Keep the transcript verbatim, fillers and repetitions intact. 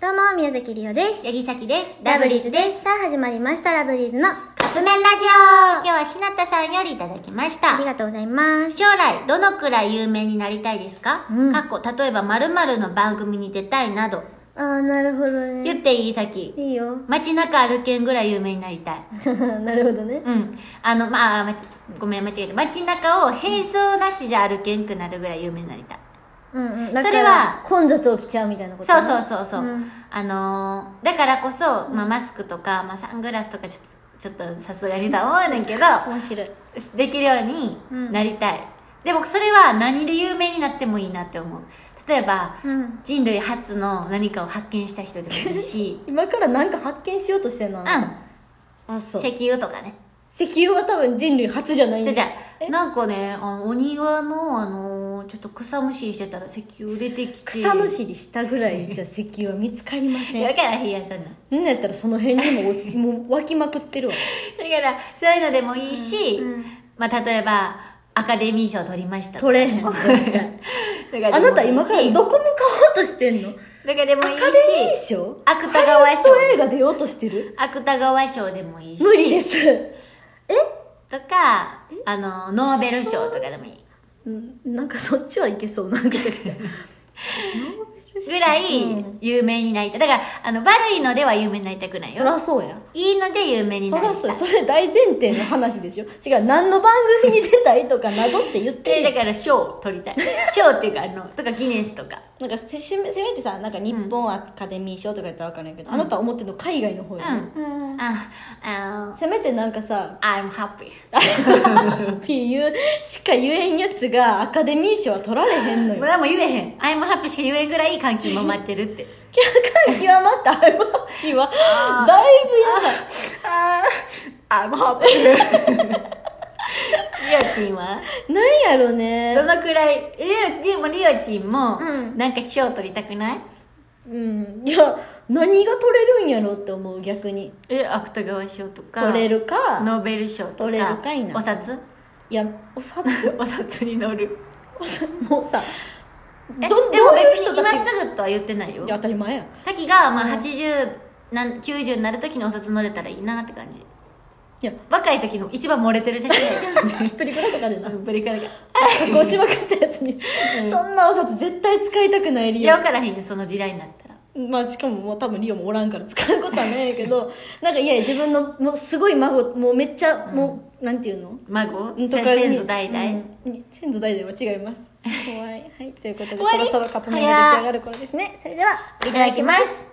どうも、宮崎りおです。 八木崎です。 ラブリーズです。さあ、始まりました、ラブリーズのカップ麺ラジオ。 今日はひなたさんよりいただきました。 ありがとうございます。 将来、どのくらい有名になりたいですか？うん。かっこ、例えば〇〇の番組に出たいなど。 あー、なるほどね。 言っていい？先。 いいよ。 街中歩けんぐらい有名になりたい。 なるほどね。 うん。あの、まあ、ごめん、間違えた。街中を並走なしじゃ歩けんくなるぐらい有名になりたい。 うんうん。 それは混雑起きちゃうみたいなこと、 ね、そうそうそうそう、うん、 あのー、だからこそ、まあ、マスクとか、まあ、サングラスとかちょっとちょっとさすがにとは思うねんけど面白いできるようになりたい、うん、でもそれは何で有名になってもいいなって思う。例えば、うん、人類初の何かを発見した人でもいいし今から何か発見しようとしてんの？うん。 あ、そう。石油とかね。 石油は多分人類初じゃないんだ。 じゃじゃなんかね、あの、お庭の、あのー、ちょっと草むしりしてたら石油出てきて。 草むしりしたぐらいじゃ石油は見つかりません。 だからへんや、そんな。 なんやったらその辺にも落ち、もう湧きまくってるわ。 だから、そういうのでもいいし、うんうん、まあ、例えば、アカデミー賞取りましたとか。 取れへん。だからあなた今からどこ向かおうとしてんの？ だからでもいいし。 アカデミー賞？ 芥川賞。 ハリウッド映画出ようとしてる？ 芥川賞でもいいし。 無理です。え？ とか、あの、ノーベル賞とかでもいい。 うん、なんかそっちはいけそう、なんかできた。 ぐらい有名になりたい。だから、あの、悪いのでは有名になりたくないよ。 そらそうや。 いいので有名になりたい。 そらそう。それ大前提の話でしょ。違う、何の番組に出たいとかなどって言ってる。 だから賞を取りたい。賞っていうか、あの、とかギネスとか。 なんかせ、せめてさ、なんか日本アカデミー賞とか言ったら分からないけど、うん、あなた思ってるの海外の方やね。うん。うん、あ、あの、 せめてなんかさ、 I'm happy っていうしか言えんやつがアカデミー賞は取られへんのよ。 もうもう言えへん。I'm happy しか言えんぐらい感極まってるって。 感極まった I'm happy は、だいぶやだ。I'm happy リオチンはなんやろね。 どのくらい、え、でもリオチンも、なんか賞取りたくない？ うん。いや、何が取れるんやろって思う、逆に。 え、芥川賞とか。 取れるか。 ノーベル賞とか。 取れるかいな。 お札？ いや、お札お札に乗る。 お札、もうさ、 ど、でも別に今すぐとは言ってないよ。 いや、当たり前や。 さっきが、まあ、はちじゅう、なん、きゅうじゅうになるときにお札乗れたらいいなって感じ。 いや、 若い時の一番漏れてる写真プリクラとかでな。 プリクラが。 加工しまくったやつに、うん。そんなお札絶対使いたくない理由。 いや、分からへんよ、その時代になったら。 まあ、しかももう多分リオもおらんから使うことはないけど、なんかいやいや、自分の、もうすごい孫、もうめっちゃ、もう、うん、なんていうの？ 孫？ とか先祖代々、 うん、先祖代々は違います。怖い。はい、ということで、そろそろカップ麺が出来上がる頃ですね。それでは、 いただきます。